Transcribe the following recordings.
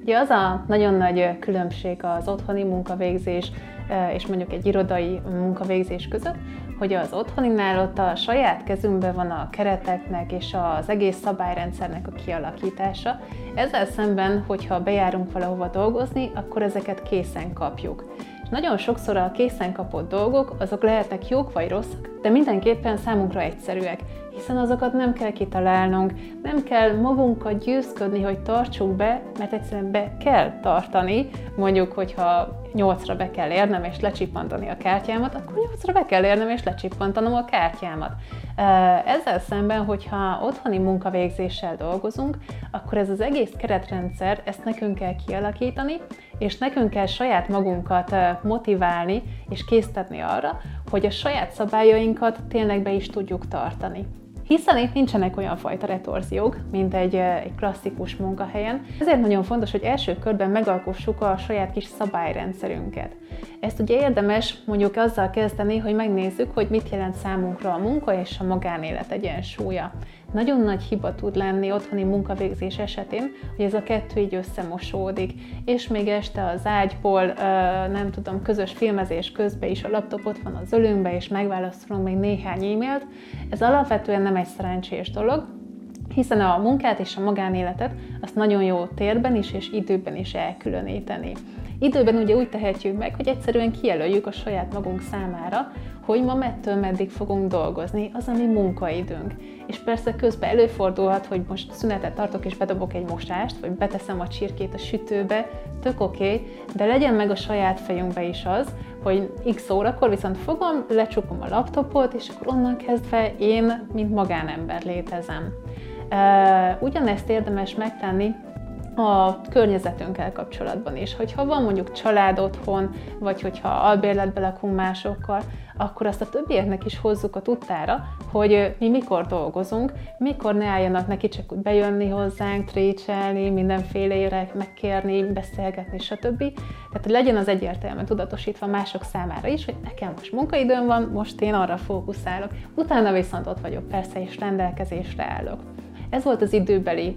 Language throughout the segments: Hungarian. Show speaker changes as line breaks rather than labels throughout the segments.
Ugye az a nagyon nagy különbség az otthoni munkavégzés és mondjuk egy irodai munkavégzés között, hogy az otthoninál ott a saját kezünkben van a kereteknek és az egész szabályrendszernek a kialakítása. Ezzel szemben, hogyha bejárunk valahova dolgozni, akkor ezeket készen kapjuk. És nagyon sokszor a készen kapott dolgok, azok lehetnek jók vagy rosszak, de mindenképpen számunkra egyszerűek, hiszen azokat nem kell kitalálnunk, nem kell magunkat győzködni, hogy tartsuk be, mert egyszerűen be kell tartani. Mondjuk, hogyha 8-ra be kell érnem és lecsippantani a kártyámat, akkor 8-ra be kell érnem és lecsippantanom a kártyámat. Ezzel szemben, hogyha otthoni munkavégzéssel dolgozunk, akkor ez az egész keretrendszer, ezt nekünk kell kialakítani, és nekünk kell saját magunkat motiválni és késztetni arra, hogy a saját szabályainkat tényleg be is tudjuk tartani. Hiszen itt nincsenek olyan fajta retorziók, mint egy klasszikus munkahelyen. Ezért nagyon fontos, hogy első körben megalkossuk a saját kis szabályrendszerünket. Ezt ugye érdemes mondjuk azzal kezdeni, hogy megnézzük, hogy mit jelent számunkra a munka és a magánélet egyensúlya. Nagyon nagy hiba tud lenni otthoni munkavégzés esetén, hogy ez a kettő így összemosódik, és még este az ágyból, nem tudom, közös filmezés közben is a laptop ott van az ölünkbe, és megválaszolunk még néhány e-mailt. Ez alapvetően nem egy szerencsés dolog, hiszen a munkát és a magánéletet azt nagyon jó térben is és időben is elkülöníteni. Időben ugye úgy tehetjük meg, hogy egyszerűen kijelöljük a saját magunk számára, hogy ma mettől meddig fogunk dolgozni, az a mi munkaidőnk. És persze közben előfordulhat, hogy most szünetet tartok és bedobok egy mosást, vagy beteszem a csirkét a sütőbe, tök oké, de legyen meg a saját fejünkbe is az, hogy x órakor viszont fogom, lecsukom a laptopot, és akkor onnan kezdve én, mint magánember létezem. Ugyanezt érdemes megtenni a környezetünkkel kapcsolatban is. Hogyha van mondjuk család otthon, vagy hogyha albérletbe lakunk másokkal, akkor azt a többieknek is hozzuk a tudtára, hogy mi mikor dolgozunk, mikor ne álljanak neki csak úgy bejönni hozzánk, trécselni, mindenfélére megkérni, beszélgetni, stb. Tehát legyen az egyértelműen tudatosítva mások számára is, hogy nekem most munkaidőm van, most én arra fókuszálok. Utána viszont ott vagyok persze, és rendelkezésre állok. Ez volt az időbeli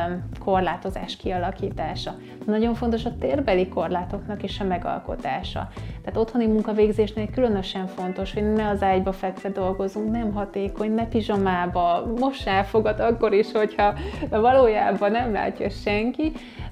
korlátozás kialakítása. Nagyon fontos a térbeli korlátoknak is a megalkotása. Tehát otthoni munkavégzésnél különösen fontos, hogy ne az ágyba fekve dolgozunk, nem hatékony, ne pizsamába, moss elfogad akkor is, hogyha valójában nem látja senki,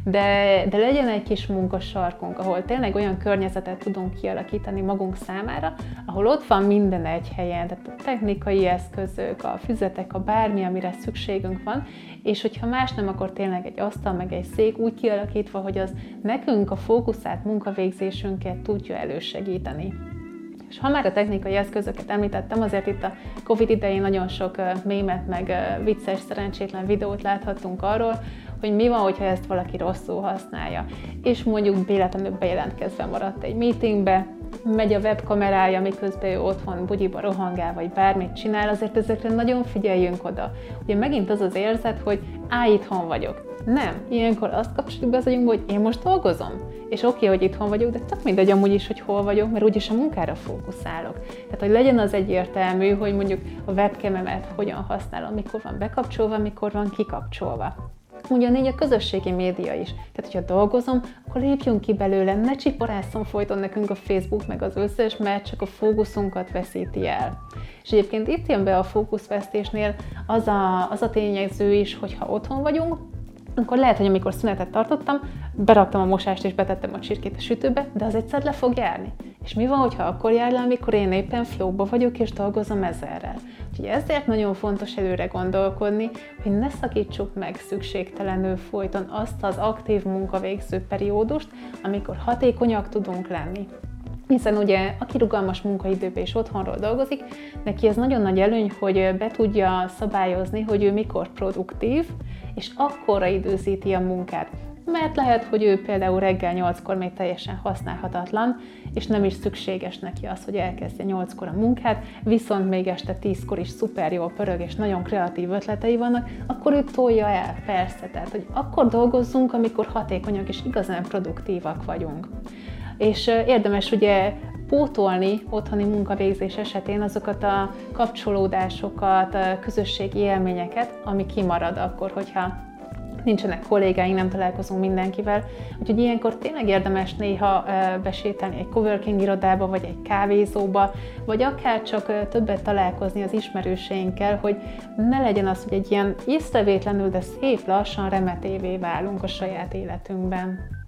de legyen egy kis munkasarkunk, ahol tényleg olyan környezetet tudunk kialakítani magunk számára, ahol ott van minden egy helyen, tehát a technikai eszközök, a füzetek, a bármi, amire szükségünk van, és hogyha más nem, akkor tényleg egy asztal, meg egy szék úgy kialakítva, hogy az nekünk a fókuszált munkavégzésünket tudja elősegíteni. És ha már a technikai eszközöket említettem, azért itt a Covid idején nagyon sok mémet, meg vicces, szerencsétlen videót láthattunk arról, hogy mi van, hogyha ezt valaki rosszul használja. És mondjuk véletlenül bejelentkezve maradt egy meetingbe, megy a webkamerája, miközben ő otthon bugyiba rohangál, vagy bármit csinál, azért ezekre nagyon figyeljünk oda. Ugye megint az az érzet, hogy itthon vagyok. Nem, ilyenkor azt kapcsoljuk be az agyunkba, hogy én most dolgozom. És oké, hogy itthon vagyok, de tök mindegy amúgy is, hogy hol vagyok, mert úgyis a munkára fókuszálok. Tehát, hogy legyen az egyértelmű, hogy mondjuk a webcamemet hogyan használom, mikor van bekapcsolva, mikor van kikapcsolva. Ugyanígy a közösségi média is. Tehát, hogyha dolgozom, akkor lépjünk ki belőle, ne csiporásszon folyton nekünk a Facebook meg az összes, mert csak a fókuszunkat veszíti el. És egyébként itt jön be a fókuszvesztésnél az a tényező is, hogy ha otthon vagyunk, akkor lehet, hogy amikor szünetet tartottam, beraktam a mosást és betettem a csirkét a sütőbe, de az egyszer le fog járni. És mi van, hogyha akkor jár le, amikor én éppen flowba vagyok és dolgozom ezerrel? Úgyhogy ezért nagyon fontos előre gondolkodni, hogy ne szakítsuk meg szükségtelenül folyton azt az aktív munkavégző periódust, amikor hatékonyak tudunk lenni. Hiszen ugye, aki rugalmas munkaidőbe és otthonról dolgozik, neki ez nagyon nagy előny, hogy be tudja szabályozni, hogy ő mikor produktív, és akkorra időzíti a munkát. Mert lehet, hogy ő például reggel 8-kor még teljesen használhatatlan, és nem is szükséges neki az, hogy elkezdje 8-kor a munkát, viszont még este 10-kor is szuper jól pörög, és nagyon kreatív ötletei vannak, akkor ő tolja el, persze. Tehát, hogy akkor dolgozzunk, amikor hatékonyak és igazán produktívak vagyunk. És érdemes ugye pótolni otthoni munkavégzés esetén azokat a kapcsolódásokat, a közösségi élményeket, ami kimarad akkor, hogyha nincsenek kollégáink, nem találkozunk mindenkivel. Úgyhogy ilyenkor tényleg érdemes néha besétálni egy coworking irodába, vagy egy kávézóba, vagy akár csak többet találkozni az ismerőseinkkel, hogy ne legyen az, hogy egy ilyen észrevétlenül, de szép lassan remetévé válunk a saját életünkben.